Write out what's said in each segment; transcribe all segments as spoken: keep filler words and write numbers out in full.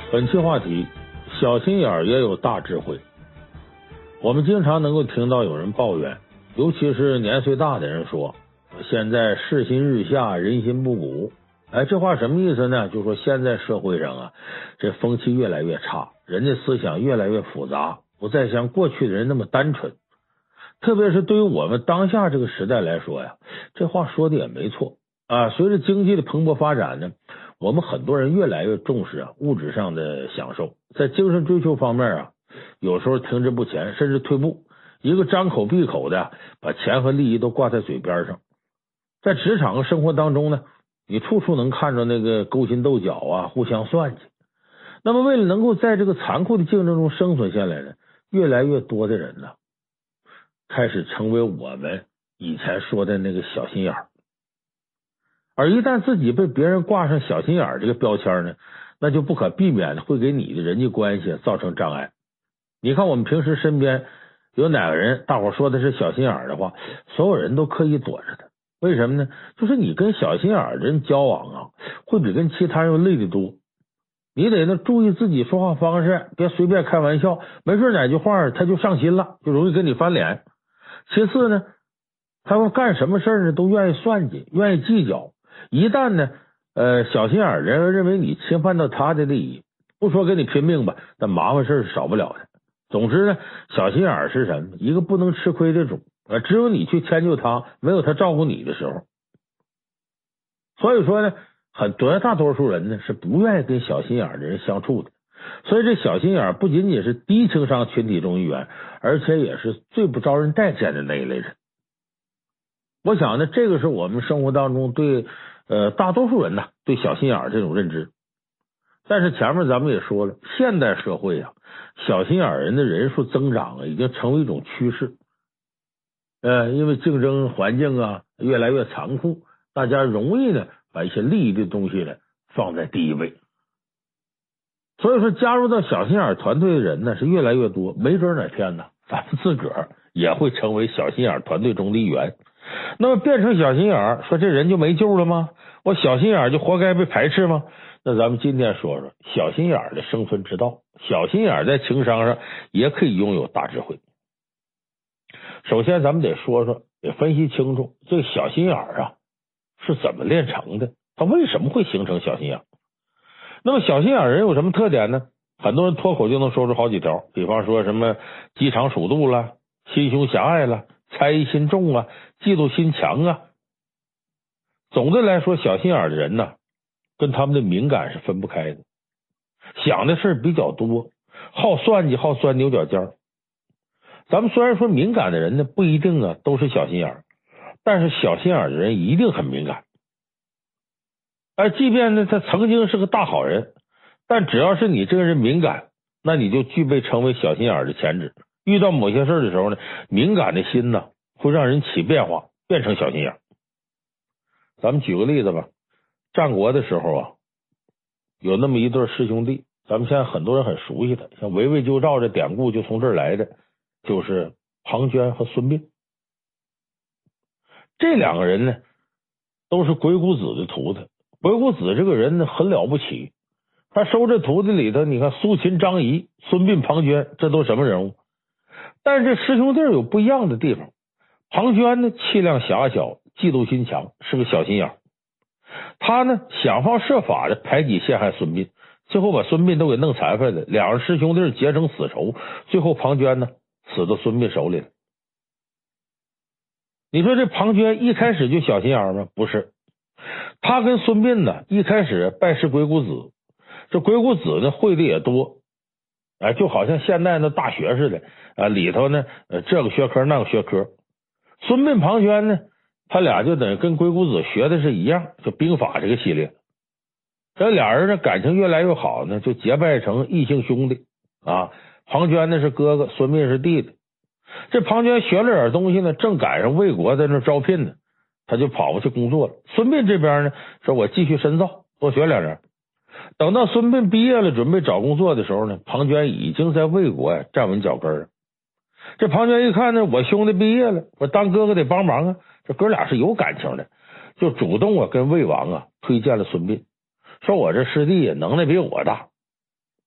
本期话题：小心眼儿也有大智慧。我们经常能够听到有人抱怨，尤其是年岁大的人说，现在世心日下，人心不古。哎，这话什么意思呢？就说现在社会上啊，这风气越来越差，人的思想越来越复杂，不再像过去的人那么单纯。特别是对于我们当下这个时代来说呀，这话说的也没错啊。随着经济的蓬勃发展呢，我们很多人越来越重视啊物质上的享受，在精神追求方面啊，有时候停滞不前，甚至退步。一个张口闭口的把钱和利益都挂在嘴边上。在职场和生活当中呢，你处处能看着那个勾心斗角啊，互相算计。那么为了能够在这个残酷的竞争中生存下来呢，越来越多的人呢，开始成为我们以前说的那个小心眼儿。而一旦自己被别人挂上小心眼儿这个标签呢，那就不可避免的会给你的人际关系造成障碍。你看我们平时身边有哪个人大伙说的是小心眼儿的话，所有人都刻意躲着他。为什么呢？就是你跟小心眼儿的人交往啊，会比跟其他人累得多。你得呢注意自己说话方式，别随便开玩笑，没准哪句话他就上心了，就容易跟你翻脸。其次呢，他们干什么事呢都愿意算计，愿意计较。一旦呢呃小心眼儿人认为你侵犯到他的利益，不说跟你拼命吧，但麻烦事是少不了的。总之呢，小心眼儿是什么？一个不能吃亏的种，呃，只有你去迁就他，没有他照顾你的时候。所以说呢，很多大多数人呢是不愿意跟小心眼儿的人相处的。所以这小心眼儿不仅仅是低情商群体中一员，而且也是最不招人待见的那一类人。我想呢，这个是我们生活当中对呃大多数人呢对小心眼儿这种认知。但是前面咱们也说了，现代社会啊，小心眼儿人的人数增长啊，已经成为一种趋势。呃，因为竞争环境啊越来越残酷，大家容易呢把一些利益的东西呢放在第一位。所以说，加入到小心眼儿团队的人呢是越来越多，没准哪天呢，咱们自个儿也会成为小心眼儿团队中的一员。那么变成小心眼儿，说这人就没救了吗？我小心眼儿就活该被排斥吗？那咱们今天说说小心眼儿的生存之道。小心眼儿在情商上也可以拥有大智慧。首先咱们得说说，得分析清楚这个小心眼儿啊是怎么炼成的，他为什么会形成小心眼儿。那么小心眼儿人有什么特点呢？很多人脱口就能说出好几条，比方说什么机场鼠肚了，心胸狭隘了，猜疑心重啊，嫉妒心强啊。总的来说，小心眼儿的人呢，跟他们的敏感是分不开的，想的事比较多，好算计，好钻牛角尖儿。咱们虽然说敏感的人呢不一定啊都是小心眼儿，但是小心眼儿的人一定很敏感。而即便呢他曾经是个大好人，但只要是你这个人敏感，那你就具备成为小心眼儿的潜质。遇到某些事的时候呢，敏感的心呢会让人起变化，变成小心眼儿。咱们举个例子吧，战国的时候啊，有那么一对师兄弟，咱们现在很多人很熟悉的，像围魏救赵这典故就从这儿来的，就是庞涓和孙膑。这两个人呢都是鬼谷子的徒弟。鬼谷子这个人呢很了不起，他收这徒弟里头，你看苏秦、张仪、孙膑、庞涓，这都什么人物？但是这师兄弟有不一样的地方。庞涓呢气量狭小，嫉妒心强，是个小心眼儿。他呢想方设法的排挤陷害孙膑，最后把孙膑都给弄残废了，两个师兄弟结成死仇，最后庞涓呢死到孙膑手里了。你说这庞涓一开始就小心眼儿吗？不是，他跟孙膑呢一开始拜师鬼谷子，这鬼谷子呢会的也多，啊，就好像现在的大学似的啊，里头呢这个学科那个学科。孙膑、庞涓呢，他俩就等于跟鬼谷子学的是一样，就兵法这个系列。这俩人呢感情越来越好呢，就结拜成异姓兄弟啊。庞涓呢是哥哥，孙膑是弟弟。这庞涓学了点东西呢，正赶上魏国在那招聘呢，他就跑过去工作了。孙膑这边呢说我继续深造，多学两年。等到孙膑毕业了，准备找工作的时候呢，庞涓已经在魏国呀站稳脚跟了。这庞涓一看呢，我兄弟毕业了，我当哥哥得帮忙啊，这哥俩是有感情的，就主动啊跟魏王啊推荐了孙膑，说我这师弟能耐比我大。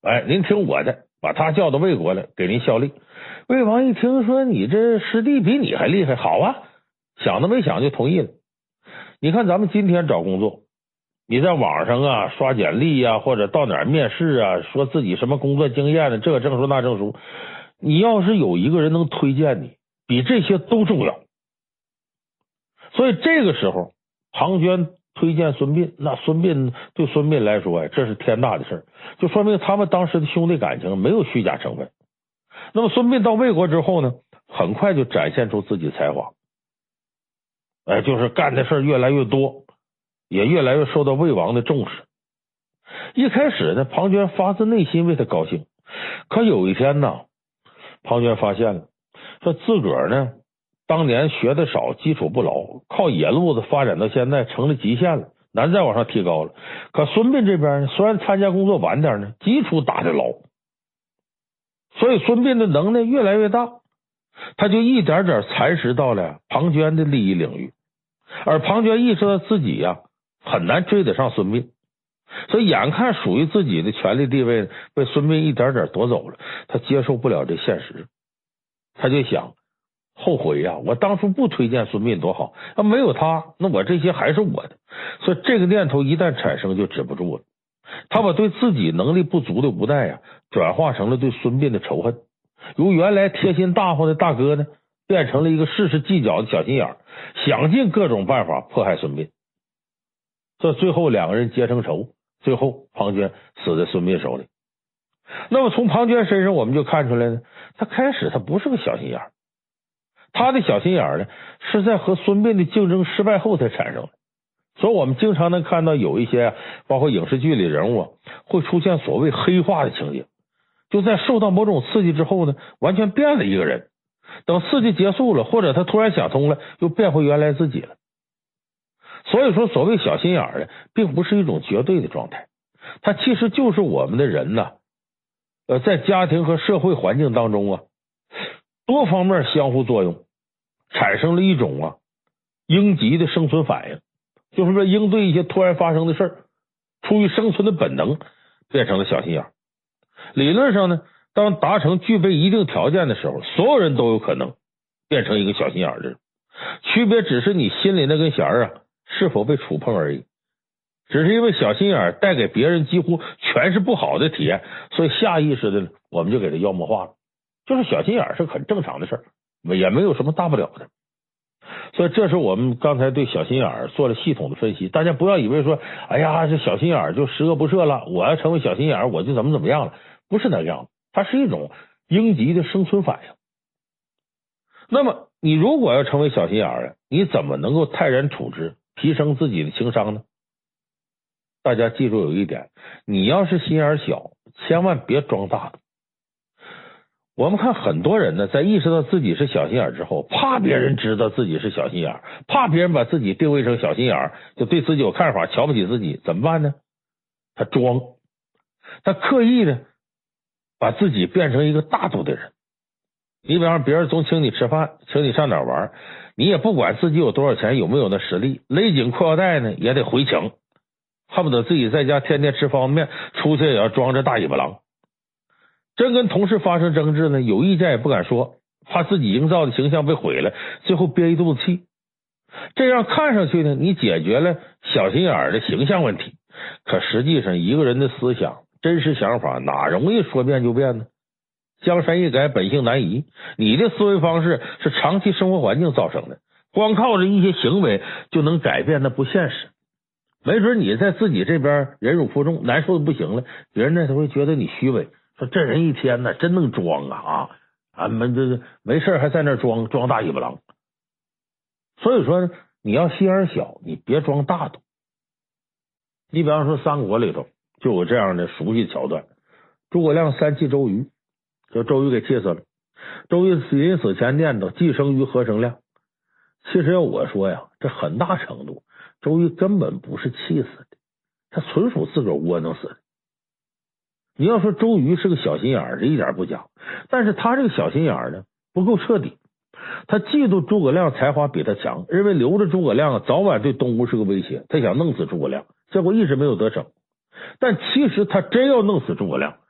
哎，您听我的，把他叫到魏国来，给您效力。魏王一听说你这师弟比你还厉害，好啊，想都没想就同意了。你看咱们今天找工作，你在网上啊刷简历啊，或者到哪儿面试啊，说自己什么工作经验的，这个证书那证书，你要是有一个人能推荐你，比这些都重要。所以这个时候庞涓推荐孙膑，那孙膑对孙膑来说，这是天大的事儿，就说明他们当时的兄弟感情没有虚假成分。那么孙膑到魏国之后呢，很快就展现出自己才华，哎，就是干的事儿越来越多，也越来越受到魏王的重视。一开始呢，庞涓发自内心为他高兴，可有一天呢，庞涓发现了，说自个儿呢当年学的少，基础不牢，靠野路子发展到现在成了极限了，难再往上提高了。可孙膑这边呢，虽然参加工作晚点呢，基础打得牢，所以孙膑的能耐越来越大，他就一点点蚕食到了庞涓的利益领域。而庞涓意识到自己呀、啊、很难追得上孙膑，所以眼看属于自己的权力地位被孙膑一点点夺走了，他接受不了这现实，他就想后悔呀、啊，我当初不推荐孙膑多好，那没有他，那我这些还是我的。所以这个念头一旦产生就止不住了，他把对自己能力不足的无奈呀、啊，转化成了对孙膑的仇恨，由原来贴心大方的大哥呢，变成了一个事事计较的小心眼，想尽各种办法迫害孙膑。这最后两个人结成仇，最后庞涓死在孙膑手里。那么从庞涓身上我们就看出来呢，他开始他不是个小心眼，他的小心眼呢是在和孙膑的竞争失败后才产生的。所以我们经常能看到有一些包括影视剧里人物啊，会出现所谓黑化的情节，就在受到某种刺激之后呢，完全变了一个人，等刺激结束了，或者他突然想通了，又变回原来自己了。所以说所谓小心眼儿呢，并不是一种绝对的状态，它其实就是我们的人呢，呃，在家庭和社会环境当中啊，多方面相互作用，产生了一种啊应急的生存反应，就是说应对一些突然发生的事儿，出于生存的本能变成了小心眼儿。理论上呢，当达成具备一定条件的时候，所有人都有可能变成一个小心眼儿的人，区别只是你心里那根弦儿啊是否被触碰而已。只是因为小心眼儿带给别人几乎全是不好的体验，所以下意识的我们就给它妖魔化了。就是小心眼儿是很正常的事儿，也没有什么大不了的。所以这是我们刚才对小心眼儿做了系统的分析。大家不要以为说，哎呀，这小心眼儿就十恶不赦了，我要成为小心眼儿我就怎么怎么样了，不是那个样子，它是一种应急的生存反应。那么你如果要成为小心眼儿，你怎么能够泰然处之，提升自己的情商呢？大家记住有一点，你要是心眼小，千万别装大度。我们看很多人呢，在意识到自己是小心眼之后，怕别人知道自己是小心眼，怕别人把自己定位成小心眼，就对自己有看法，瞧不起自己，怎么办呢？他装，他刻意的把自己变成一个大度的人。你比方说别人总请你吃饭，请你上哪玩，你也不管自己有多少钱，有没有那实力，勒紧裤腰带呢也得回请，恨不得自己在家天天吃方便面，出去也要装着大尾巴狼。真跟同事发生争执呢，有意见也不敢说，怕自己营造的形象被毁了，最后憋一肚子气。这样看上去呢，你解决了小心眼的形象问题，可实际上一个人的思想真实想法哪容易说变就变呢？江山易改，本性难移，你的思维方式是长期生活环境造成的，光靠着一些行为就能改变，那不现实。没准你在自己这边忍辱负重，难受的不行了，别人呢他会觉得你虚伪，说这人一天呢真能装啊啊啊！们这没事还在那装装大尾巴狼。所以说呢，你要心眼小，你别装大度。你比方说三国里头就有这样的熟悉的桥段，诸葛亮三气周瑜，就周瑜给气死了。周瑜临死前念叨既生瑜何生亮。其实要我说呀，这很大程度周瑜根本不是气死的，他纯属自个儿窝囊死的。你要说周瑜是个小心眼儿，这一点不假，但是他这个小心眼儿呢不够彻底。他嫉妒诸葛亮才华比他强，认为留着诸葛亮早晚对东吴是个威胁，他想弄死诸葛亮，结果一直没有得逞。但其实他真要弄死诸葛亮，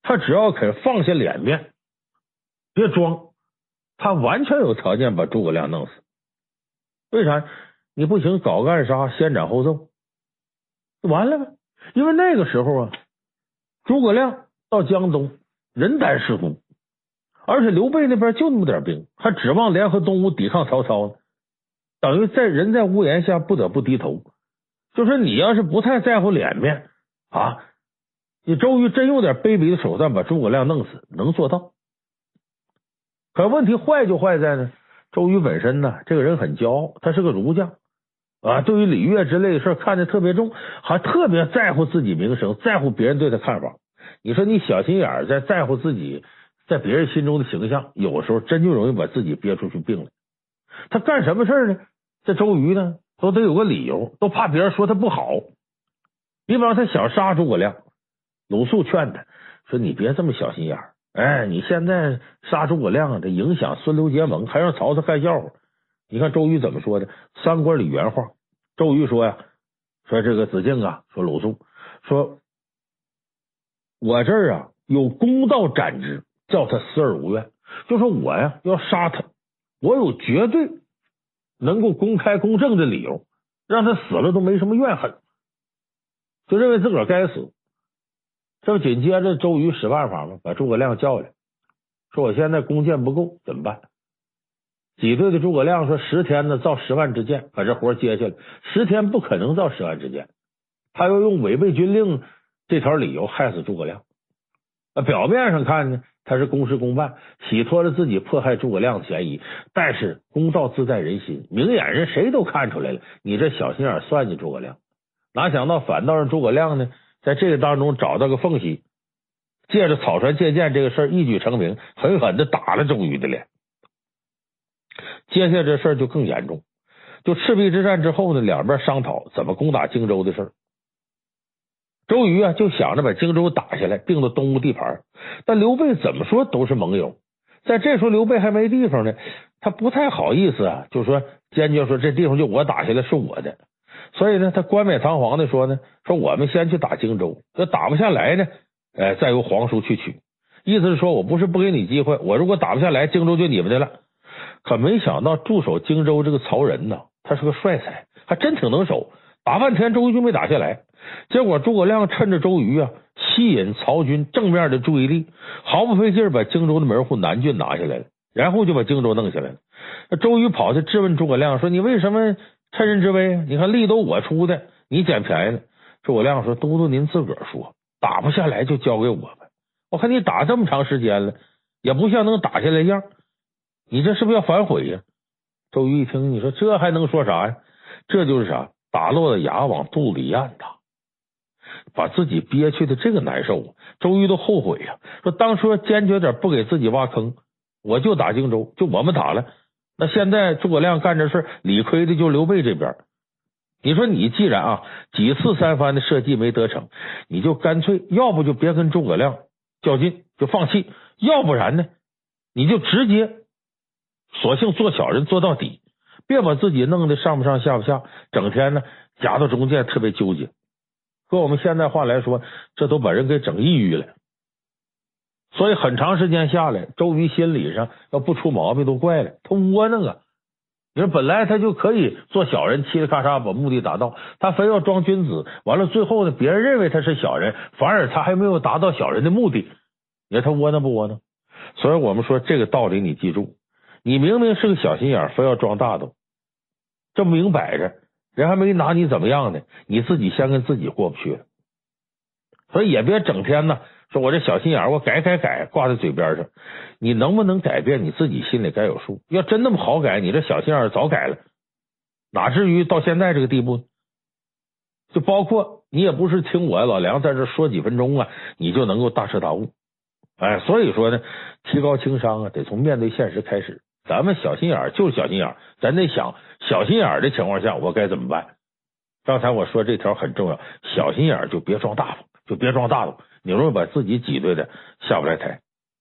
他只要肯放下脸面，别装，他完全有条件把诸葛亮弄死。为啥？你不行，搞个暗杀，先斩后奏，完了呗。因为那个时候啊，诸葛亮到江东人单势孤，而且刘备那边就那么点兵，还指望联合东吴抵抗曹操呢，等于在人在屋檐下不得不低头。就说你要是不太在乎脸面啊，你周瑜真用点卑鄙的手段把诸葛亮弄死，能做到。可问题坏就坏在呢，周瑜本身呢，这个人很骄傲，他是个儒将啊，对于礼乐之类的事看得特别重，还特别在乎自己名声，在乎别人对他看法。你说你小心眼在在乎自己在别人心中的形象，有时候真就容易把自己憋出去病来。他干什么事呢？这周瑜呢都得有个理由，都怕别人说他不好。比方他想杀诸葛亮，鲁肃劝他说你别这么小心眼儿，哎，你现在杀诸葛亮这影响孙刘结盟，还让曹操看笑话。你看周瑜怎么说的？三国里原话，周瑜说呀，说这个子敬啊，说鲁肃，说我这儿啊有公道斩之，叫他死而无怨。就说我呀要杀他，我有绝对能够公开公正的理由，让他死了都没什么怨恨，就认为自个儿该死。这不紧接着周瑜使办法吗？把诸葛亮叫来，说我现在弓箭不够怎么办？挤兑的诸葛亮说十天呢造十万支箭，把这活接下来。十天不可能造十万支箭，他要用违背军令这条理由害死诸葛亮。表面上看呢，他是公事公办，洗脱了自己迫害诸葛亮的嫌疑，但是公道自在人心，明眼人谁都看出来了，你这小心眼算计诸葛亮。哪想到反倒让诸葛亮呢在这个当中找到个缝隙，借着草船借箭这个事儿一举成名，狠狠的打了周瑜的脸。接下来这事儿就更严重，就赤壁之战之后呢，两边商讨怎么攻打荆州的事儿。周瑜啊就想着把荆州打下来，并到东吴地盘，但刘备怎么说都是盟友，在这时候刘备还没地方呢，他不太好意思啊，就说坚决说这地方就我打下来是我的。所以呢，他冠冕堂皇的说呢，说我们先去打荆州，要打不下来呢，呃，再由皇叔去取。意思是说我不是不给你机会，我如果打不下来，荆州就你们的了。可没想到驻守荆州这个曹仁呢，他是个帅才，还真挺能守，打半天周瑜就没打下来。结果诸葛亮趁着周瑜啊吸引曹军正面的注意力，毫不费劲把荆州的门户南郡拿下来了，然后就把荆州弄下来了。那周瑜跑去质问诸葛亮说，你为什么趁人之危？你看力都我出的，你捡便宜了。诸葛亮说，都督您自个儿说，打不下来就交给我们，我看你打这么长时间了，也不像能打下来样，你这是不是要反悔呀？周瑜一听，你说这还能说啥呀？这就是啥？打落的牙往肚里咽呐，把自己憋屈的这个难受，周瑜都后悔呀、啊。说当初坚决点不给自己挖坑，我就打荆州，就我们打了。那现在诸葛亮干这事，理亏的就是刘备这边。你说你既然啊几次三番的设计没得逞，你就干脆要不就别跟诸葛亮较劲，就放弃；要不然呢，你就直接索性做小人做到底，别把自己弄得上不上下不下，整天呢夹到中间特别纠结。搁我们现在话来说，这都把人给整抑郁了。所以很长时间下来，周瑜心理上要不出毛病都怪了，他窝囊啊。你说本来他就可以做小人，嘁哩咔嚓把目的达到，他非要装君子，完了最后呢，别人认为他是小人，反而他还没有达到小人的目的。你说他窝囊不窝囊？所以我们说这个道理你记住，你明明是个小心眼，非要装大度，这明摆着人还没拿你怎么样呢，你自己先跟自己过不去了。所以也别整天呢说我这小心眼我改改改挂在嘴边上，你能不能改变你自己心里该有数。要真那么好改，你这小心眼早改了，哪至于到现在这个地步。就包括你也不是听我老梁在这说几分钟啊，你就能够大彻大悟。哎，所以说呢，提高情商啊，得从面对现实开始。咱们小心眼就是小心眼，咱得想小心眼的情况下我该怎么办。刚才我说这条很重要，小心眼就别装大方，就别装大度，你容易把自己挤兑的下不来台。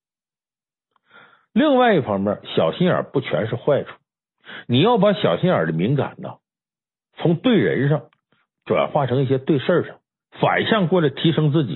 另外一方面，小心眼不全是坏处，你要把小心眼的敏感呢，从对人上转化成一些对事上，反向过来提升自己，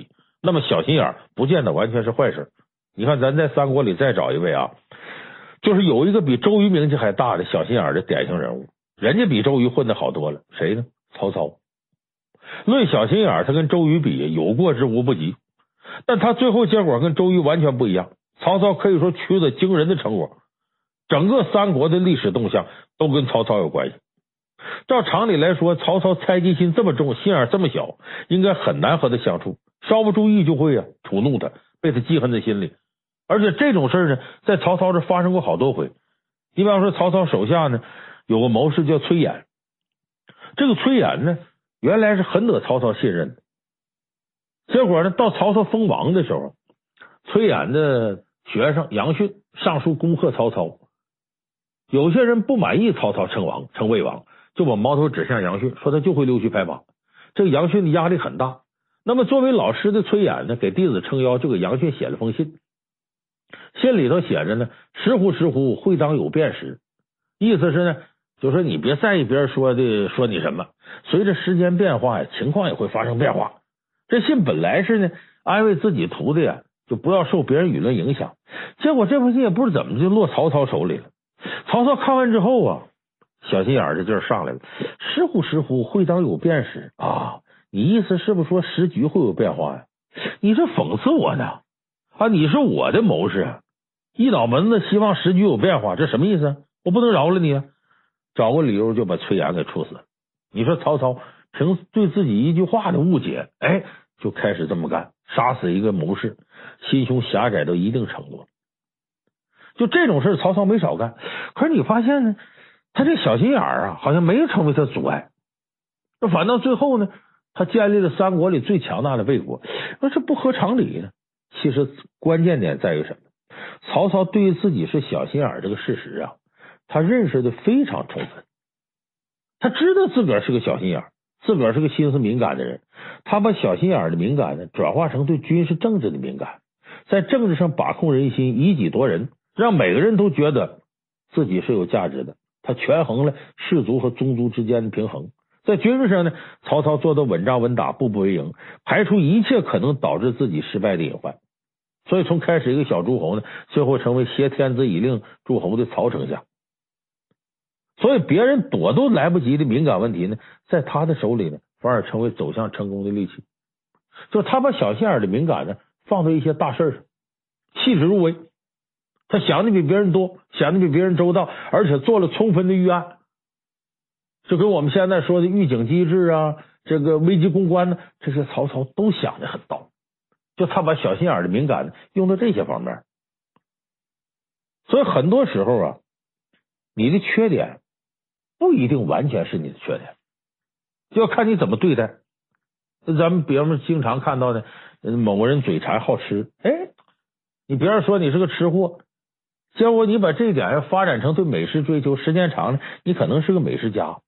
那么小心眼儿不见得完全是坏事。你看咱在三国里再找一位啊，就是有一个比周瑜名气还大的小心眼儿的典型人物，人家比周瑜混得好多了，谁呢？曹操。论小心眼儿，他跟周瑜比有过之无不及，但他最后结果跟周瑜完全不一样。曹操可以说取得惊人的成果，整个三国的历史动向都跟曹操有关系。照常理来说，曹操猜忌心这么重，心眼这么小，应该很难和他相处，稍不注意就会啊触怒他，被他记恨在心里。而且这种事呢，在曹操这发生过好多回。你比方说，曹操手下呢有个谋士叫崔琰，这个崔琰呢原来是很得曹操信任的，结果呢到曹操封王的时候，崔琰的学生杨训上书恭贺曹操，有些人不满意曹操称王称魏王，就把矛头指向杨训，说他就会溜须拍马。这个杨训的压力很大。那么作为老师的崔琰呢，给弟子撑腰，就给杨训写了封信。信里头写着呢，时乎时乎，会当有变时。意思是呢，就说你别在意别人说的说你什么，随着时间变化呀，情况也会发生变化。这信本来是呢安慰自己徒弟呀，就不要受别人舆论影响。结果这封信也不知怎么就落曹操手里了。曹操看完之后啊，小心眼儿这劲儿上来了，时乎时乎，会当有变时啊！你意思是不是说时局会有变化呀？你这讽刺我呢？啊，你是我的谋士，一脑门子希望时局有变化，这什么意思？我不能饶了你啊！找个理由就把崔琰给处死了。你说曹操凭对自己一句话的误解，哎，就开始这么干，杀死一个谋士，心胸狭窄到一定程度。就这种事曹操没少干，可是你发现呢，他这小心眼儿啊，好像没有成为他阻碍。那反倒最后呢，他建立了三国里最强大的魏国，那这不合常理呢。其实关键点在于什么？曹操对于自己是小心眼儿这个事实啊，他认识的非常充分，他知道自个儿是个小心眼儿，自个儿是个心思敏感的人，他把小心眼儿的敏感呢转化成对军事政治的敏感，在政治上把控人心，以己夺人，让每个人都觉得自己是有价值的。他权衡了士族和宗族之间的平衡。在军事上呢，曹操做到稳扎稳打，步步为营，排除一切可能导致自己失败的隐患。所以从开始一个小诸侯呢，最后成为挟天子以令诸侯的曹丞相。所以别人躲都来不及的敏感问题呢，在他的手里呢，反而成为走向成功的利器。就是他把小心眼的敏感呢放在一些大事上，细致入微。他想的比别人多，想的比别人周到，而且做了充分的预案。就跟我们现在说的预警机制啊，这个危机公关呢，这些曹操都想得很到。就他把小心眼的敏感用到这些方面。所以很多时候啊，你的缺点不一定完全是你的缺点，就要看你怎么对待。咱们比方说经常看到的某个人嘴馋好吃，哎，你别人说你是个吃货，结果你把这一点要发展成对美食追求，时间长了你可能是个美食家。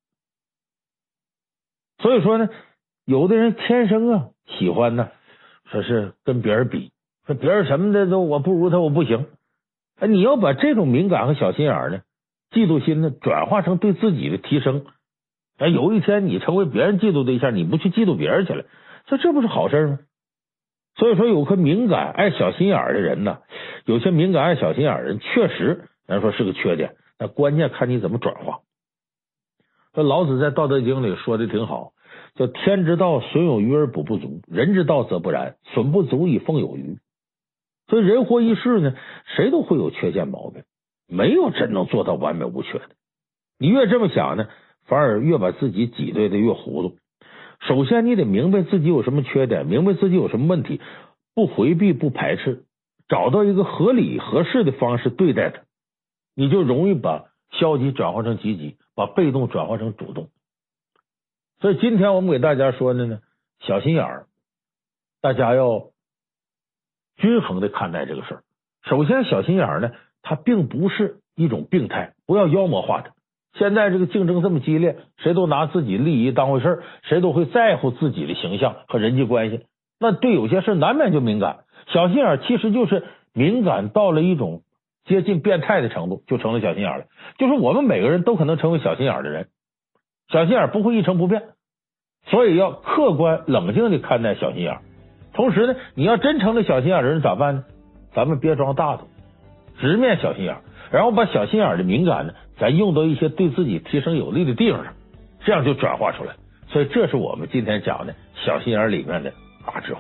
所以说呢，有的人天生啊喜欢呢说是跟别人比，说别人什么的都我不如他，我不行。哎，你要把这种敏感和小心眼呢，嫉妒心呢转化成对自己的提升。哎，有一天你成为别人嫉妒对象，你不去嫉妒别人去了，所以这不是好事吗？所以说有颗敏感爱小心眼的人呢，有些敏感爱小心眼的人确实咱说是个缺点，那关键看你怎么转化。这老子在道德经里说的挺好，叫天之道损有余而补不足，人之道则不然，损不足以奉有余。所以人活一世呢，谁都会有缺陷毛病，没有真能做到完美无缺的。你越这么想呢，反而越把自己挤兑的越糊涂。首先你得明白自己有什么缺点，明白自己有什么问题，不回避不排斥，找到一个合理合适的方式对待它，你就容易把消极转化成积极，把被动转化成主动。所以今天我们给大家说的呢，小心眼儿，大家要均衡的看待这个事儿。首先小心眼儿呢，它并不是一种病态，不要妖魔化它。现在这个竞争这么激烈，谁都拿自己利益当回事儿，谁都会在乎自己的形象和人际关系，那对有些事难免就敏感。小心眼儿其实就是敏感到了一种接近变态的程度，就成了小心眼儿了。就是我们每个人都可能成为小心眼儿的人，小心眼儿不会一成不变，所以要客观冷静的看待小心眼儿。 同时呢，你要真成了小心眼人咋办呢？咱们别装大度，直面小心眼，然后把小心眼的敏感呢，咱用到一些对自己提升有利的地方上，这样就转化出来。所以这是我们今天讲的小心眼里面的大智慧。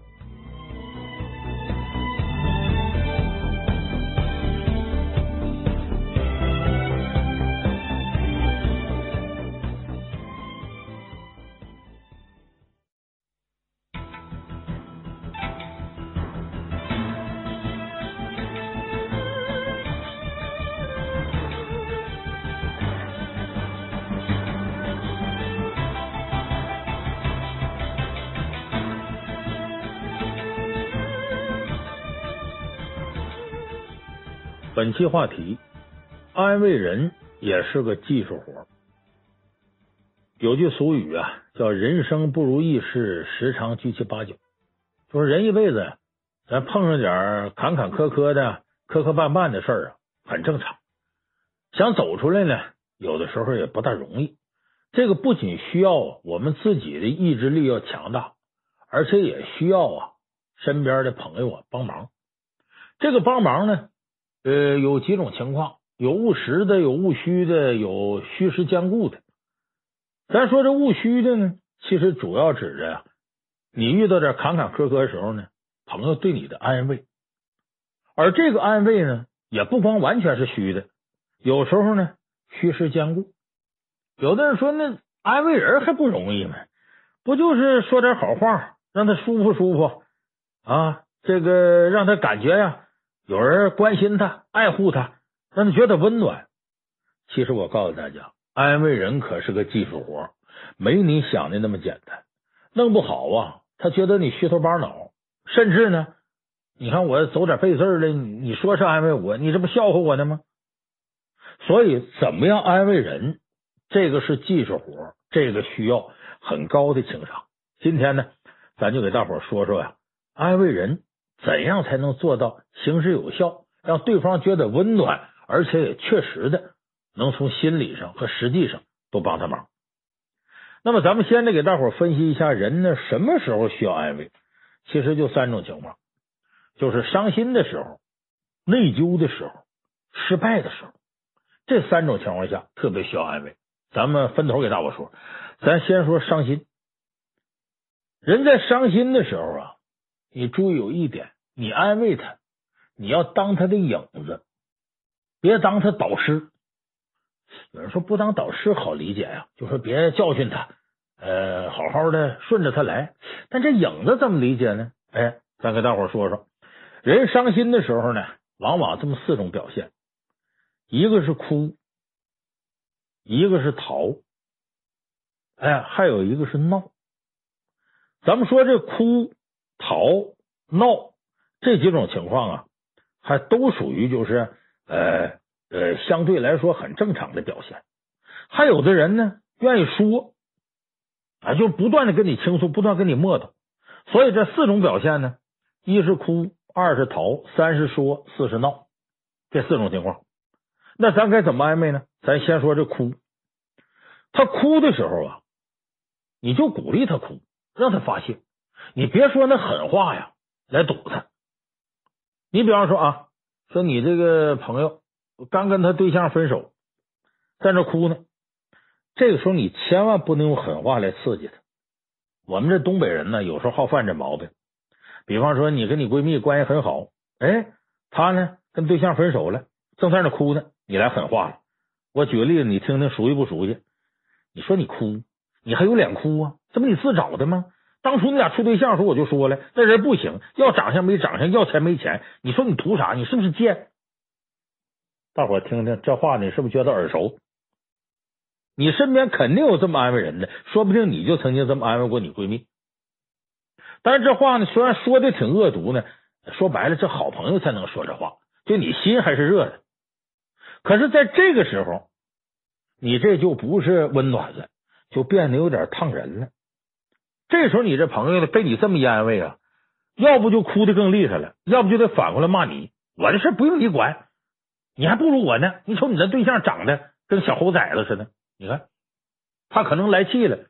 本期话题，安慰人也是个技术活。有句俗语啊，叫人生不如意事十常居其八九，就是人一辈子咱碰上点坎坎坷坷的磕磕绊绊的事儿啊，很正常。想走出来呢，有的时候也不大容易。这个不仅需要我们自己的意志力要强大，而且也需要啊身边的朋友啊帮忙。这个帮忙呢，呃，有几种情况，有务实的，有务虚的，有虚实兼顾的。咱说这务虚的呢，其实主要指着呀，你遇到点坎坎坷坷的时候呢，朋友对你的安慰。而这个安慰呢，也不光完全是虚的，有时候呢，虚实兼顾。有的人说，那安慰人还不容易吗？不就是说点好话，让他舒服舒服啊，这个让他感觉呀，有人关心他，爱护他，让他觉得温暖。其实我告诉大家，安慰人可是个技术活，没你想的那么简单。弄不好啊，他觉得你虚头巴脑，甚至呢，你看我走点背字了，你说是安慰我，你这不笑话我呢吗？所以怎么样安慰人，这个是技术活，这个需要很高的情商。今天呢，咱就给大伙说说呀，安慰人怎样才能做到行之有效，让对方觉得温暖，而且也确实的能从心理上和实际上都帮他忙。那么咱们先得给大伙分析一下，人呢什么时候需要安慰？其实就三种情况，就是伤心的时候、内疚的时候、失败的时候，这三种情况下特别需要安慰。咱们分头给大伙说，咱先说伤心。人在伤心的时候啊，你注意有一点，你安慰他，你要当他的影子，别当他导师。有人说不当导师好理解呀、啊，就说别教训他，呃，好好的顺着他来。但这影子怎么理解呢？哎，咱给大伙说说，人伤心的时候呢，往往这么四种表现，一个是哭，一个是逃，哎，还有一个是闹。咱们说这哭、逃、闹这几种情况啊，还都属于就是呃呃相对来说很正常的表现。还有的人呢，愿意说啊，就不断的跟你倾诉，不断跟你磨叨。所以这四种表现呢，一是哭，二是逃，三是说，四是闹，这四种情况。那咱该怎么安慰呢？咱先说这哭。他哭的时候啊，你就鼓励他哭，让他发泄，你别说那狠话呀来堵他。你比方说啊，说你这个朋友刚跟他对象分手，在那哭呢，这个时候你千万不能用狠话来刺激他。我们这东北人呢，有时候好犯这毛病。比方说你跟你闺蜜关系很好，哎，她呢跟对象分手了，正在那哭呢，你来狠话了。我举个例子，你听听熟悉不熟悉？你说你哭，你还有脸哭啊？这不你自找的吗？当初你俩处对象的时候我就说了，那人不行，要长相没长相，要钱没钱，你说你图啥？你是不是贱？大伙听听这话，你是不是觉得耳熟？你身边肯定有这么安慰人的，说不定你就曾经这么安慰过你闺蜜。但是这话呢，虽然说的挺恶毒呢，说白了，这好朋友才能说这话，就你心还是热的。可是在这个时候，你这就不是温暖了，就变得有点烫人了。这时候你这朋友呢，被你这么一安慰啊，要不就哭得更厉害了，要不就得反过来骂你，我的事不用你管，你还不如我呢，你瞅你这对象长得跟小猴崽子似的，你看他可能来气了。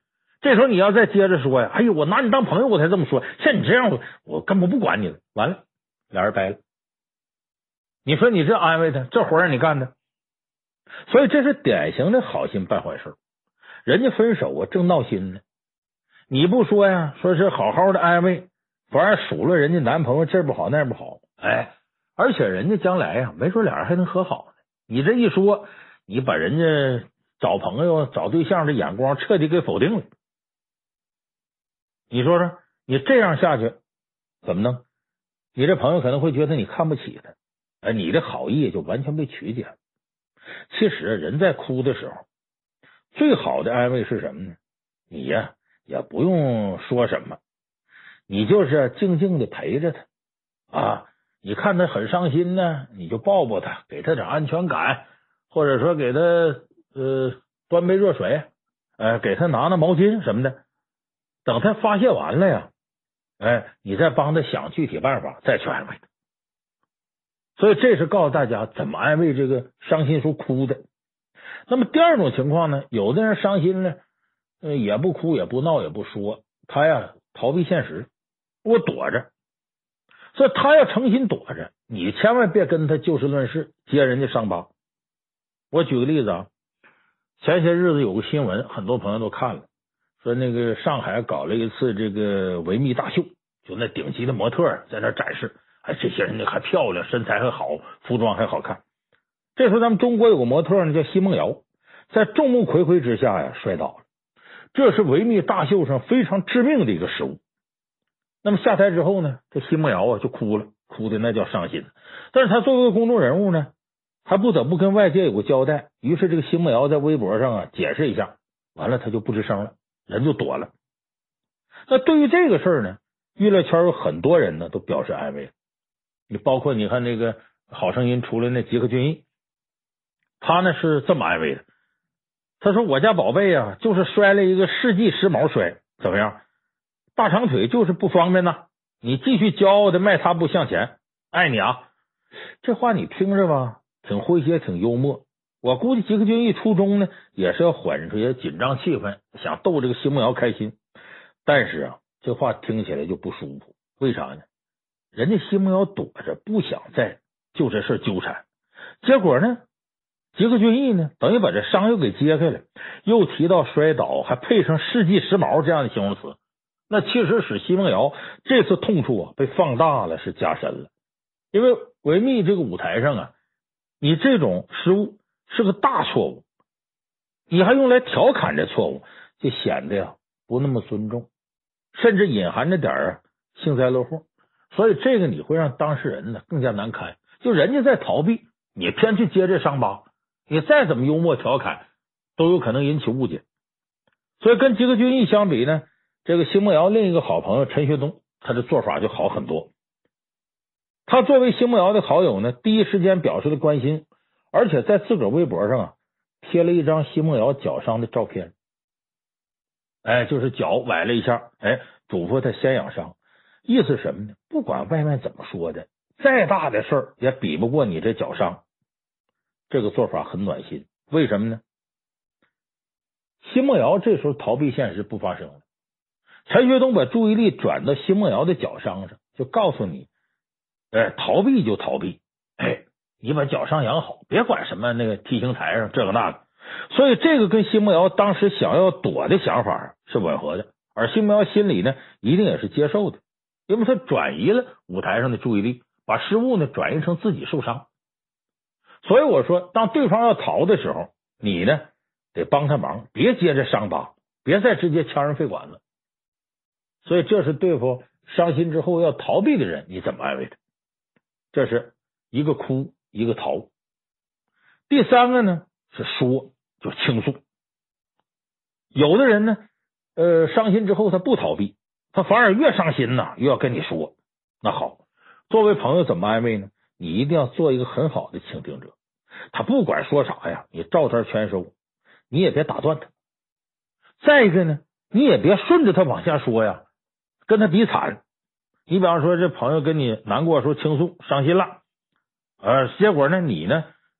这时候你要再接着说呀，哎呦，我拿你当朋友我才这么说，像你这样我我根本不管你了。完了，俩人掰了。你说你这安慰他，这活让你干的，所以这是典型的好心办坏事。人家分手啊，正闹心呢，你不说呀，说是好好的安慰，反而数落人家男朋友这不好那不好，哎，而且人家将来呀，没准俩人还能和好呢。你这一说，你把人家找朋友、找对象的眼光彻底给否定了。你说说，你这样下去怎么弄？你这朋友可能会觉得你看不起他，哎，你的好意就完全被曲解了。其实人在哭的时候，最好的安慰是什么呢？你呀也不用说什么，你就是静静的陪着他啊。你看他很伤心呢，你就抱抱他，给他点安全感，或者说给他呃端杯热水，呃给他拿拿毛巾什么的。等他发泄完了呀，哎，你再帮他想具体办法，再去安慰他。所以这是告诉大家怎么安慰这个伤心时候哭的。那么第二种情况呢，有的人伤心呢，呃，也不哭也不闹也不说，他呀逃避现实，我躲着。所以他要诚心躲着，你千万别跟他就事论事，揭人家伤疤。我举个例子啊，前些日子有个新闻，很多朋友都看了，说那个上海搞了一次这个维密大秀，就那顶级的模特在那展示，哎，这些人还漂亮，身材还好，服装还好看。这时候咱们中国有个模特呢，叫奚梦瑶，在众目睽睽之下呀摔倒了，这是维密大秀上非常致命的一个失误。那么下台之后呢，这奚梦瑶啊就哭了，哭的那叫伤心。但是他作为一个公众人物呢，还不得不跟外界有个交代。于是这个奚梦瑶在微博上啊解释一下，完了他就不吱声了，人就躲了。那对于这个事儿呢，娱乐圈有很多人呢都表示安慰，你包括你看那个好声音出来那吉克隽逸，他呢是这么安慰的，他说我家宝贝啊就是摔了一个世纪时髦摔，怎么样，大长腿就是不方便呐，你继续骄傲的迈他步向前，爱你啊。这话你听着吧，挺诙谐挺幽默。我估计吉克隽逸初衷呢也是要缓这些紧张气氛，想逗这个奚梦瑶开心。但是啊，这话听起来就不舒服。为啥呢？人家奚梦瑶躲着不想再就这事纠缠，结果呢吉克隽逸呢等于把这伤又给揭开了，又提到摔倒，还配上世纪时髦这样的形容词，那其实使奚梦瑶这次痛处啊被放大了，是加深了。因为维密这个舞台上啊，你这种失误是个大错误，你还用来调侃这错误，就显得呀不那么尊重，甚至隐含着点啊幸灾乐祸。所以这个你会让当事人呢更加难堪，就人家在逃避，你偏去揭这伤疤，你再怎么幽默调侃都有可能引起误解。所以跟吉克隽逸相比呢，这个奚梦瑶另一个好朋友陈学冬，他的做法就好很多。他作为奚梦瑶的好友呢，第一时间表示了关心，而且在自个儿微博上啊贴了一张奚梦瑶脚上的照片，哎，就是脚崴了一下，哎，嘱咐他先养伤。意思是什么呢？不管外面怎么说的，再大的事儿也比不过你这脚伤。这个做法很暖心，为什么呢？奚梦瑶这时候逃避现实不发声了，陈学冬把注意力转到奚梦瑶的脚伤上，就告诉你，哎，逃避就逃避，哎，你把脚伤养好，别管什么那个 T 型台上这个那个。所以这个跟奚梦瑶当时想要躲的想法是吻合的，而奚梦瑶心里呢一定也是接受的，因为他转移了舞台上的注意力，把失误呢转移成自己受伤。所以我说，当对方要逃的时候，你呢得帮他忙，别接着伤疤，别再直接掐人肺管子。所以这是对付伤心之后要逃避的人，你怎么安慰他？这是一个哭一个逃。第三个呢是说，就倾诉。有的人呢呃，伤心之后他不逃避，他反而越伤心呢越要跟你说。那好，作为朋友怎么安慰呢？你一定要做一个很好的倾听者，他不管说啥呀，你照单全收，你也别打断他。再一个呢，你也别顺着他往下说呀，跟他比惨。你比方说这朋友跟你难过说倾诉伤心了，呃，结果呢你呢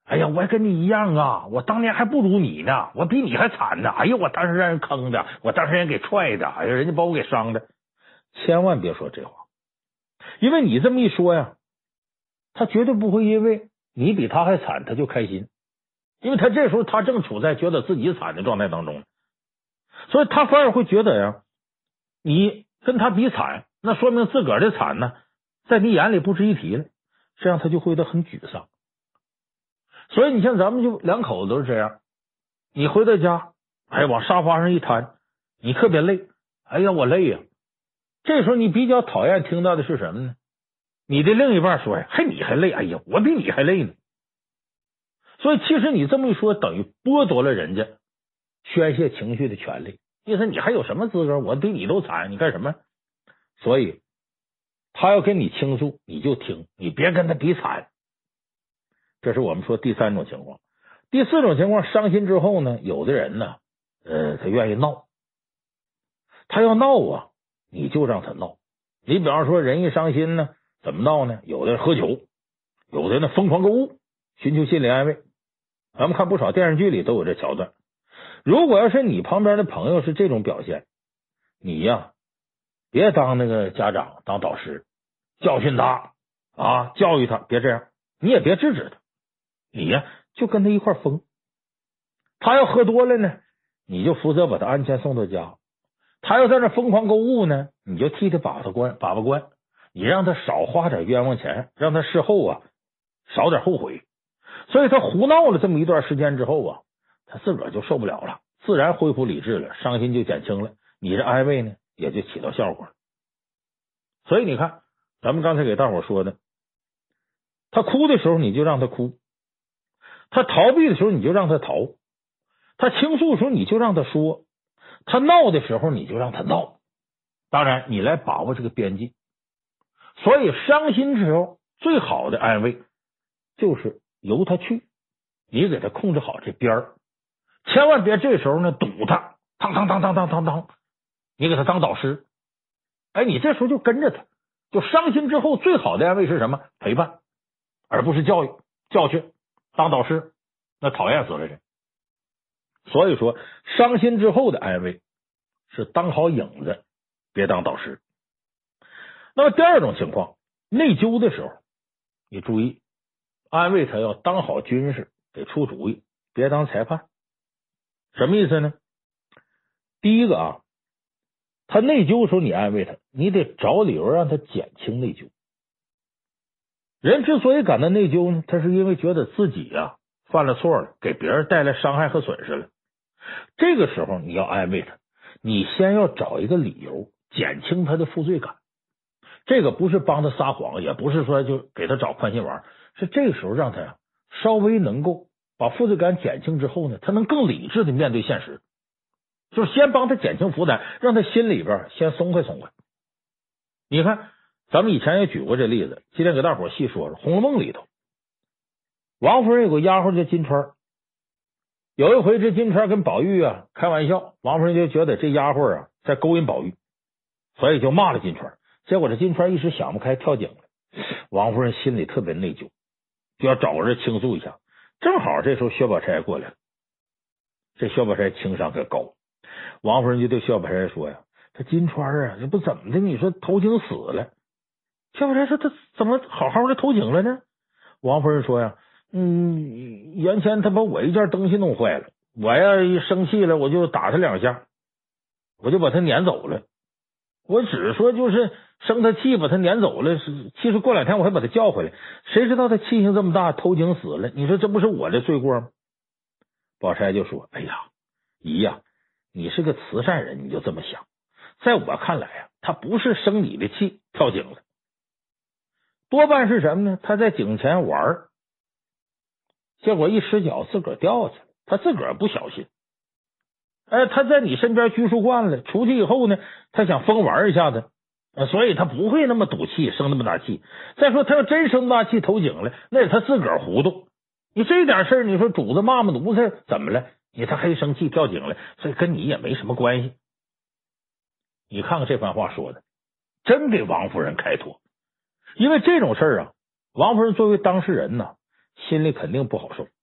哎呀，我跟你一样啊，我当年还不如你呢，我比你还惨呢。哎呀，我当时让人坑的，我当时让人给踹的，哎呀，人家把我给伤的。千万别说这话，因为你这么一说呀，他绝对不会因为你比他还惨他就开心，因为他这时候他正处在觉得自己惨的状态当中，所以他反而会觉得呀，你跟他比惨，那说明自个儿的惨呢，在你眼里不值一提了，这样他就会得很沮丧。所以你像咱们就两口子都是这样，你回到家，哎，往沙发上一瘫，你特别累，哎呀，我累呀。这时候你比较讨厌听到的是什么呢？你的另一半说呀，还你还累，哎呀，我比你还累呢。所以其实你这么一说，等于剥夺了人家宣泄情绪的权利。意思你还有什么资格？我比你都惨，你干什么？所以他要跟你倾诉，你就听，你别跟他比惨。这是我们说第三种情况。第四种情况，伤心之后呢，有的人呢，呃，他愿意闹，他要闹啊，你就让他闹。你比方说，人一伤心呢，怎么闹呢？有的喝酒，有的呢疯狂购物，寻求心理安慰。咱们看不少电视剧里都有这桥段。如果要是你旁边的朋友是这种表现，你呀，别当那个家长，当导师，教训他啊，教育他，别这样，你也别制止他，你呀就跟他一块疯。他要喝多了呢，你就负责把他安全送到家。他要在那疯狂购物呢，你就替他把他关把把关，你让他少花点冤枉钱，让他事后啊少点后悔。所以他胡闹了这么一段时间之后啊，他自个儿就受不了了，自然恢复理智了，伤心就减轻了，你这安慰呢也就起到效果了。所以你看，咱们刚才给大伙说的，他哭的时候你就让他哭，他逃避的时候你就让他逃，他倾诉的时候你就让他说，他闹的时候你就让他闹。当然你来把握这个边界。所以伤心之后最好的安慰就是由他去，你给他控制好这边儿，千万别这时候呢堵他，当当当当当当当，你给他当导师。哎，你这时候就跟着他。就伤心之后最好的安慰是什么？陪伴，而不是教育教训当导师，那讨厌死了人。所以说伤心之后的安慰是当好影子，别当导师。那么第二种情况，内疚的时候，你注意安慰他要当好军师，得出主意，别当裁判。什么意思呢？第一个啊，他内疚的时候你安慰他，你得找理由让他减轻内疚。人之所以感到内疚呢，他是因为觉得自己啊犯了错了，给别人带来伤害和损失了。这个时候你要安慰他，你先要找一个理由减轻他的负罪感。这个不是帮他撒谎，也不是说就给他找宽心丸，是这个时候让他呀稍微能够把负罪感减轻之后呢，他能更理智的面对现实。就是先帮他减轻负担，让他心里边先松快松快。你看咱们以前也举过这例子，今天给大伙细说说《红楼梦》里头，王夫人有个丫鬟叫金钏，有一回这金钏跟宝玉啊开玩笑，王夫人就觉得这丫鬟啊在勾引宝玉，所以就骂了金钏。结果这金钏一时想不开跳井了，王夫人心里特别内疚，就要找个人倾诉一下。正好这时候薛宝钗过来了，这薛宝钗情商可高，王夫人就对薛宝钗说呀：“这金钏啊，这不怎么的？你说投井死了。”薛宝钗说：“他怎么好好的投井了呢？”王夫人说呀：“嗯，原先他把我一件东西弄坏了，我呀一生气了，我就打他两下，我就把他撵走了。我只是说就是生他气，把他撵走了。其实过两天我还把他叫回来，谁知道他气性这么大，投井死了。你说这不是我的罪过吗？”宝钗就说：“哎呀，姨呀，你是个慈善人，你就这么想。在我看来啊，他不是生你的气跳井了，多半是什么呢？他在井前玩，结果一失脚自个儿掉下去了，他自个儿不小心。哎，他在你身边拘束惯了，出去以后呢，他想疯玩一下子，所以他不会那么赌气，生那么大气。再说他要真生大气投井了，那是他自个儿糊涂。你这点事儿，你说主子骂骂奴才怎么了？你他还生气跳井了，所以跟你也没什么关系。你看看这番话说的，真给王夫人开脱。因为这种事儿啊，王夫人作为当事人呢，心里肯定不好受。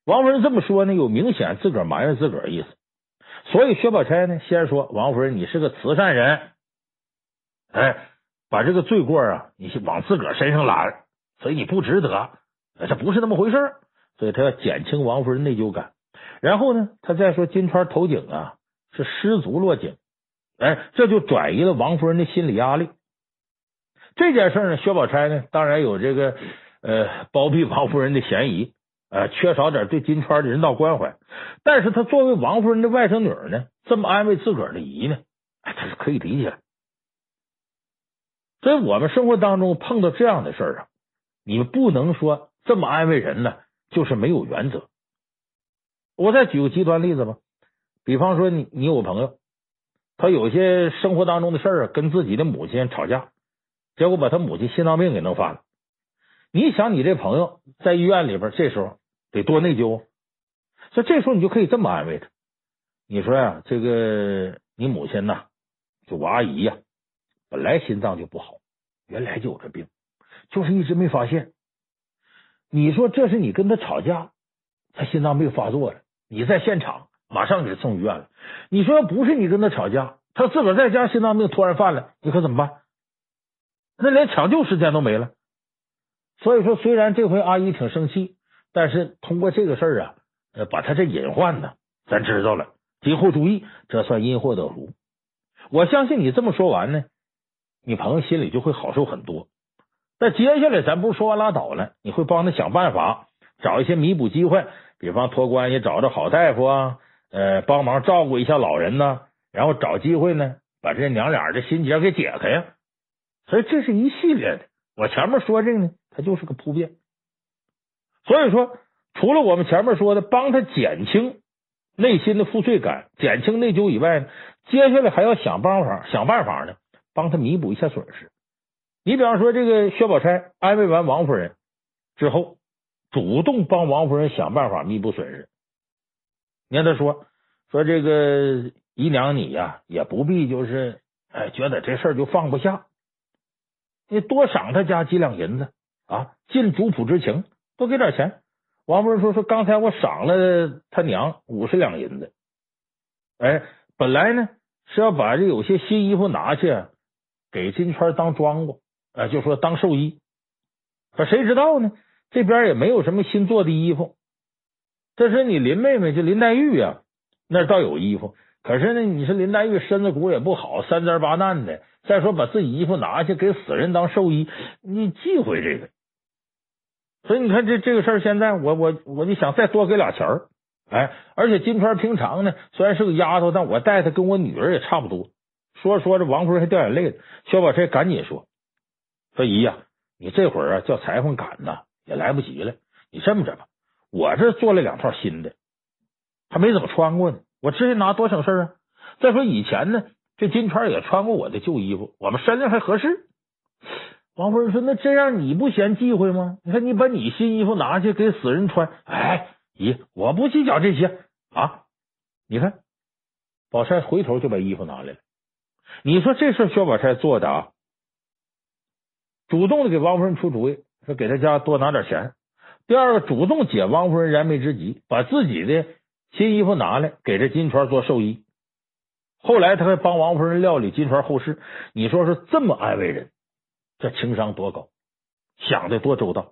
王夫人这么说呢，有明显自个儿埋怨自个儿意思。所以薛宝钗呢，先说王夫人你是个慈善人，哎，把这个罪过啊，你往自个儿身上揽，所以你不值得，这不是那么回事。所以他要减轻王夫人内疚感。然后呢，他再说金钏投井啊是失足落井，哎，这就转移了王夫人的心理压力。这件事呢，薛宝钗呢，当然有这个呃包庇王夫人的嫌疑，呃，缺少点对金钏的人道关怀。但是她作为王夫人的外甥女儿呢，这么安慰自个儿的姨呢，哎，她是可以理解的。所以我们生活当中碰到这样的事儿啊，你们不能说这么安慰人呢，就是没有原则。我再举个极端例子吧，比方说你你有个朋友，他有些生活当中的事儿啊，跟自己的母亲吵架，结果把他母亲心脏病给弄犯了。你想你这朋友在医院里边，这时候得多内疚。所以这时候你就可以这么安慰他，你说呀、啊，这个你母亲呐，就我阿姨呀、啊，本来心脏就不好，原来就有这病，就是一直没发现。你说这是你跟他吵架，他心脏病发作了，你在现场马上给他送医院了。你说要不是你跟他吵架，他自个儿在家心脏病突然犯了，你可怎么办？那连抢救时间都没了。所以说，虽然这回阿姨挺生气，但是通过这个事儿啊，呃，把他这隐患呢，咱知道了，今后注意，这算因祸得福。我相信你这么说完呢，你朋友心里就会好受很多。但接下来咱不是说完拉倒了，你会帮他想办法，找一些弥补机会，比方托关系找着好大夫啊，呃，帮忙照顾一下老人呢，然后找机会呢，把这娘俩的心结给解开呀。所以这是一系列的。我前面说这个呢，它就是个铺垫。所以说，除了我们前面说的帮他减轻内心的负罪感、减轻内疚以外呢，接下来还要想办法、想办法呢，帮他弥补一下损失。你比方说，这个薛宝钗安慰完王夫人之后，主动帮王夫人想办法弥补损失。你看他说说这个姨娘你呀，也不必就是哎觉得这事儿就放不下。你多赏他家几两银子啊，尽主仆之情，多给点钱。王夫人说说刚才我赏了他娘五十两银子，哎，本来呢是要把这有些新衣服拿去给金钏当装过，啊，就说当寿衣。可谁知道呢，这边也没有什么新做的衣服。这是你林妹妹就林黛玉啊，那倒有衣服，可是呢，你说林黛玉身子骨也不好，三尖八难的。再说把自己衣服拿去给死人当寿衣，你忌讳这个。所以你看这这个事儿，现在我我我就想再多给俩钱儿，哎，而且金钏平常呢虽然是个丫头，但我待她跟我女儿也差不多。说着说着，王夫人还掉眼泪了。薛宝钗赶紧说：“说姨呀、啊，你这会儿啊叫裁缝赶呐也来不及了。你这么着吧，我这做了两套新的，还没怎么穿过呢，我直接拿多省事啊。再说以前呢。”这金钏也穿过我的旧衣服，我们身量还合适。王夫人说：“那这样你不嫌忌讳吗？你看你把你新衣服拿去给死人穿，哎，姨，我不计较这些啊。你看，宝钗回头就把衣服拿来了。你说这事薛宝钗做的啊，主动的给王夫人出主意，说给他家多拿点钱。第二个，主动解王夫人燃眉之急，把自己的新衣服拿来给这金钏做寿衣。”后来他还帮王夫人料理金钏后事，你说是这么安慰人，这情商多高，想的多周到。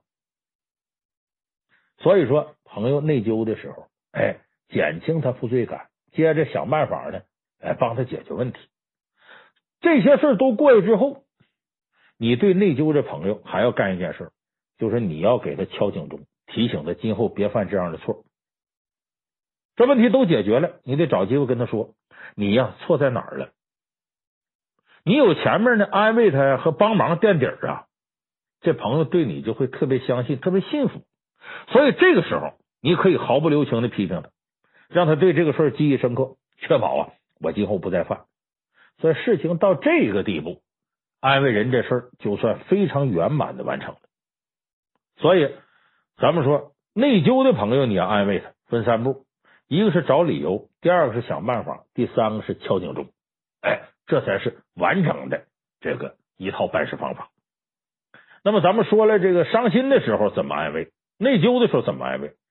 所以说朋友内疚的时候，哎，减轻他负罪感，接着想办法呢，哎，帮他解决问题。这些事都过去之后，你对内疚这朋友还要干一件事，就是你要给他敲警钟，提醒他今后别犯这样的错。这问题都解决了，你得找机会跟他说，你呀错在哪儿了？你有前面呢安慰他和帮忙垫底儿啊，这朋友对你就会特别相信，特别信服。所以这个时候你可以毫不留情的批评他，让他对这个事儿记忆深刻，确保啊我今后不再犯。所以事情到这个地步，安慰人这事儿就算非常圆满的完成了。所以咱们说内疚的朋友你要安慰他，分三步。一个是找理由，第二个是想办法，第三个是敲警钟。哎，这才是完整的这个一套办事方法。那么咱们说了这个伤心的时候怎么安慰，内疚的时候怎么安慰，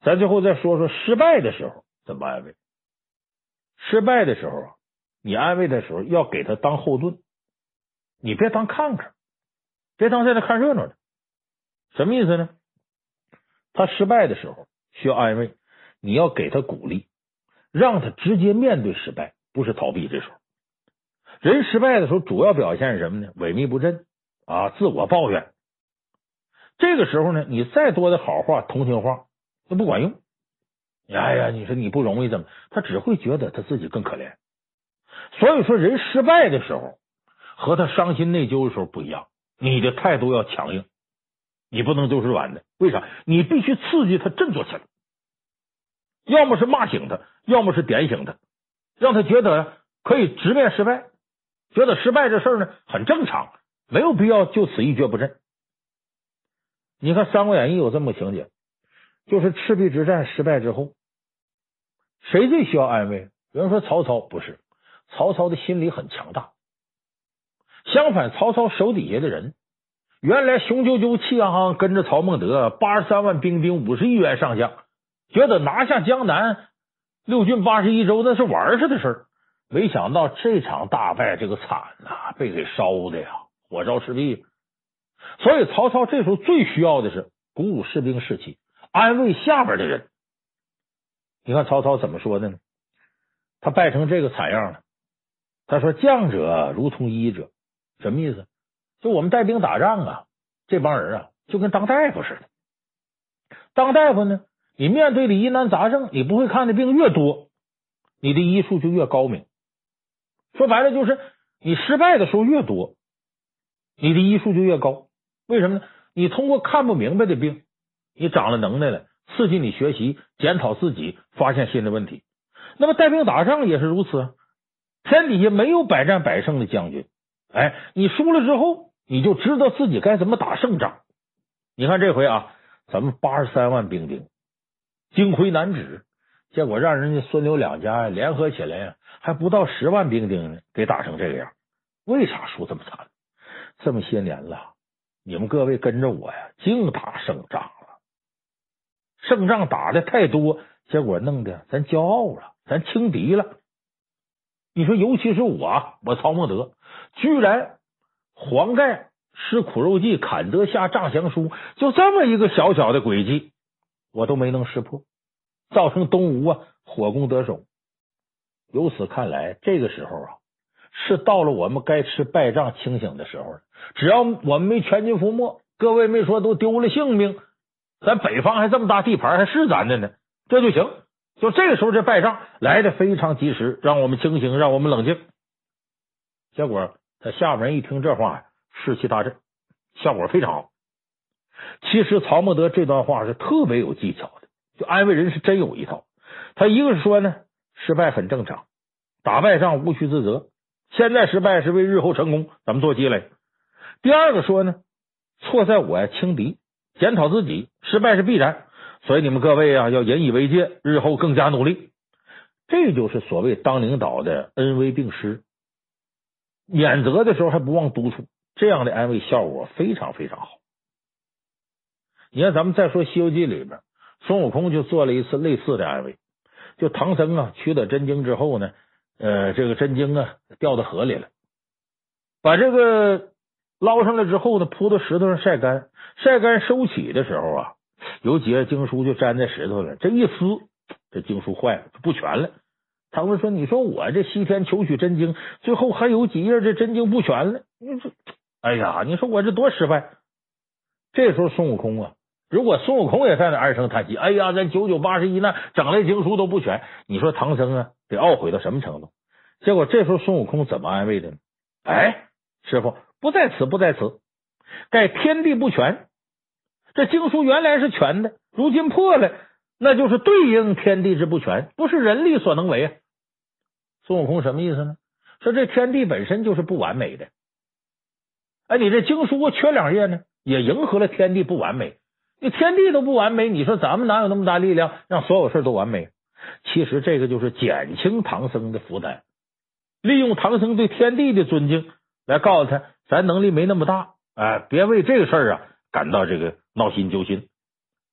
咱最后再说说失败的时候怎么安慰。失败的时候啊，你安慰的时候要给他当后盾，你别当看看，别当在那看热闹的。什么意思呢？他失败的时候需要安慰，你要给他鼓励，让他直接面对失败，不是逃避。这时候人失败的时候主要表现是什么呢？萎靡不振啊，自我抱怨。这个时候呢，你再多的好话同情话都不管用。哎呀，你说你不容易怎么，他只会觉得他自己更可怜。所以说人失败的时候和他伤心内疚的时候不一样，你的态度要强硬，你不能都是软的。为啥？你必须刺激他振作起来，要么是骂醒他，要么是点醒他，让他觉得可以直面失败，觉得失败这事呢很正常，没有必要就此一蹶不振。你看《三国演义》有这么个情节，就是赤壁之战失败之后，谁最需要安慰？有人说曹操，不是，曹操的心理很强大。相反，曹操手底下的人原来雄赳赳气昂昂跟着曹孟德八十三万兵兵五十亿员上将，觉得拿下江南六郡八十一州那是玩似的事儿，没想到这场大败这个惨呐、啊，被给烧的呀，火烧赤壁。所以曹操这时候最需要的是鼓舞士兵士气，安慰下边的人。你看曹操怎么说的呢？他败成这个惨样了，他说将者如同医者。什么意思？就我们带兵打仗啊，这帮人啊就跟当大夫似的。当大夫呢，你面对的疑难杂症，你不会看的病越多，你的医术就越高明。说白了就是你失败的时候越多，你的医术就越高。为什么呢？你通过看不明白的病，你长了能耐了，刺激你学习，检讨自己，发现新的问题。那么带兵打仗也是如此啊，天底下没有百战百胜的将军。哎，你输了之后，你就知道自己该怎么打胜仗。你看这回啊，咱们八十三万兵丁惊魁难止，结果让人家孙刘两家联合起来呀，还不到十万兵丁呢，给打成这个样。为啥输这么惨？这么些年了，你们各位跟着我呀，净打胜仗了，胜仗打的太多，结果弄得咱骄傲了，咱轻敌了。你说尤其是我，我曹孟德居然黄盖施苦肉计，砍得下诈降书，就这么一个小小的诡计，我都没能识破，造成东吴啊火攻得手。由此看来，这个时候啊，是到了我们该吃败仗清醒的时候了。只要我们没全军覆没，各位没说都丢了性命，咱北方还这么大地盘，还是咱的呢，这就行。就这个时候，这败仗来的非常及时，让我们清醒，让我们冷静。结果他下边人一听这话，士气大振，效果非常好。其实曹孟德这段话是特别有技巧的，就安慰人是真有一套。他一个是说呢，失败很正常，打败仗无需自责，现在失败是为日后成功咱们做积累。第二个说呢，错在我呀轻敌，检讨自己，失败是必然，所以你们各位啊要引以为戒，日后更加努力。这就是所谓当领导的恩威并施，免责的时候还不忘督促，这样的安慰效果非常非常好。你看咱们再说《西游记》里边，孙悟空就做了一次类似的安慰。就唐僧啊取得真经之后呢，呃，这个真经啊掉到河里了，把这个捞上来之后呢，铺到石头上晒干，晒干收起的时候啊，有几页经书就粘在石头了，这一撕，这经书坏了，不全了。唐僧说：“你说我这西天求取真经，最后还有几页这真经不全了，你说，哎呀，你说我这多失败。”这时候孙悟空啊，如果孙悟空也在那唉声叹气，哎呀，咱九九八十一难，整来经书都不全，你说唐僧啊得懊悔到什么程度？结果这时候孙悟空怎么安慰的呢？哎，师傅，不在此，不在此，盖天地不全，这经书原来是全的，如今破了，那就是对应天地之不全，不是人力所能为啊。孙悟空什么意思呢？说这天地本身就是不完美的，哎，你这经书缺两页呢，也迎合了天地不完美。你天地都不完美，你说咱们哪有那么大力量让所有事都完美？其实这个就是减轻唐僧的负担，利用唐僧对天地的尊敬来告诉他，咱能力没那么大，哎，别为这个事儿啊感到这个闹心揪心。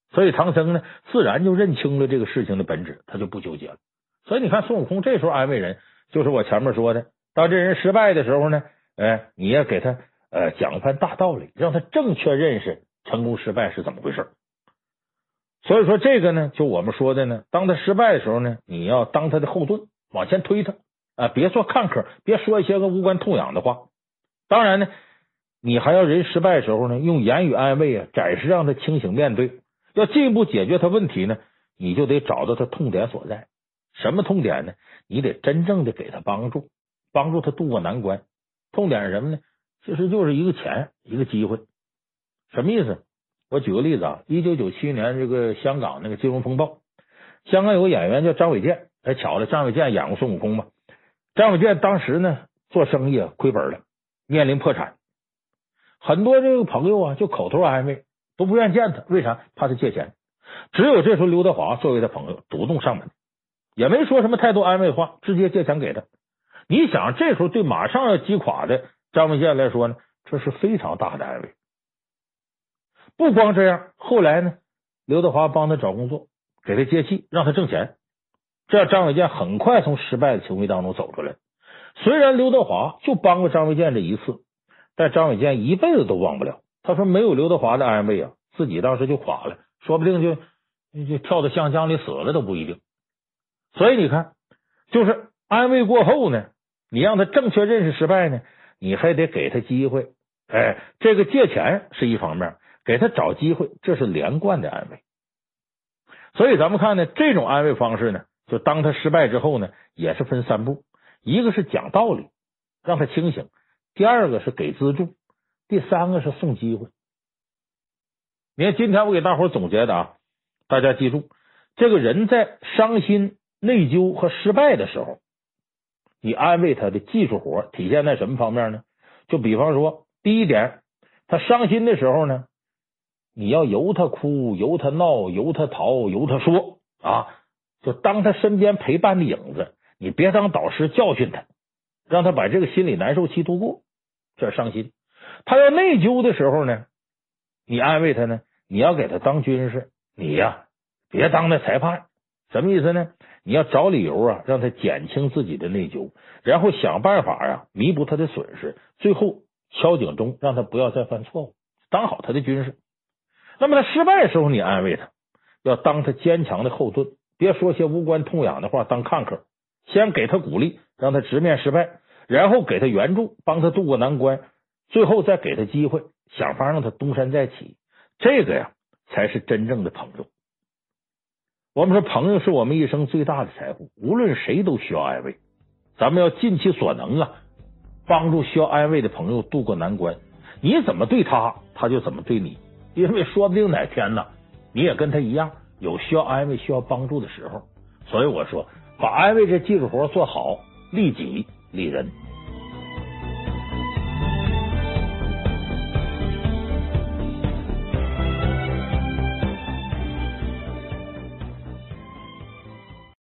所以唐僧呢，自然就认清了这个事情的本质，他就不纠结了。所以你看孙悟空这时候安慰人，就是我前面说的，当这人失败的时候呢，哎，你要给他呃讲番大道理，让他正确认识成功失败是怎么回事。所以说这个呢，就我们说的呢，当他失败的时候呢，你要当他的后盾，往前推他啊，别做看客，别说一些个无关痛痒的话。当然呢，你还要人失败的时候呢，用言语安慰啊，暂时让他清醒面对。要进一步解决他问题呢，你就得找到他痛点所在。什么痛点呢？你得真正的给他帮助，帮助他渡过难关。痛点是什么呢？其实就是一个钱，一个机会。什么意思？我举个例子啊，一九九七年这个香港那个金融风暴，香港有个演员叫张卫健，哎，巧了，张卫健演过孙悟空嘛。张卫健当时呢做生意亏本了，面临破产，很多这个朋友啊就口头安慰，都不愿见他，为啥？怕他借钱。只有这时候刘德华作为他朋友主动上门，也没说什么太多安慰话，直接借钱给他。你想这时候对马上要击垮的张卫健来说呢，这是非常大的安慰。不光这样，后来呢，刘德华帮他找工作，给他接戏，让他挣钱，这样张卫健很快从失败的情绪当中走出来。虽然刘德华就帮过张卫健这一次，但张卫健一辈子都忘不了。他说没有刘德华的安慰啊，自己当时就垮了，说不定就就跳到湘江里死了都不一定。所以你看，就是安慰过后呢，你让他正确认识失败呢，你还得给他机会。哎，这个借钱是一方面，给他找机会，这是连贯的安慰。所以咱们看呢，这种安慰方式呢，就当他失败之后呢，也是分三步。一个是讲道理，让他清醒；第二个是给资助；第三个是送机会。你看今天我给大伙总结的啊，大家记住，这个人在伤心、内疚和失败的时候，你安慰他的技术活体现在什么方面呢？就比方说，第一点，他伤心的时候呢，你要由他哭，由他闹，由他逃，由他说啊，就当他身边陪伴的影子，你别当导师教训他，让他把这个心理难受期度过，这是伤心。他要内疚的时候呢，你安慰他呢，你要给他当军师，你呀别当那裁判。什么意思呢？你要找理由啊，让他减轻自己的内疚，然后想办法啊弥补他的损失，最后敲警钟，让他不要再犯错误，当好他的军师。那么他失败的时候，你安慰他，要当他坚强的后盾，别说些无关痛痒的话当看客，先给他鼓励，让他直面失败，然后给他援助，帮他渡过难关，最后再给他机会，想法让他东山再起。这个呀才是真正的朋友。我们说朋友是我们一生最大的财富，无论谁都需要安慰，咱们要尽其所能啊，帮助需要安慰的朋友渡过难关。你怎么对他，他就怎么对你，因为说不定哪天呢，你也跟他一样有需要安慰、需要帮助的时候。所以我说，把安慰这技术活做好，利己利人。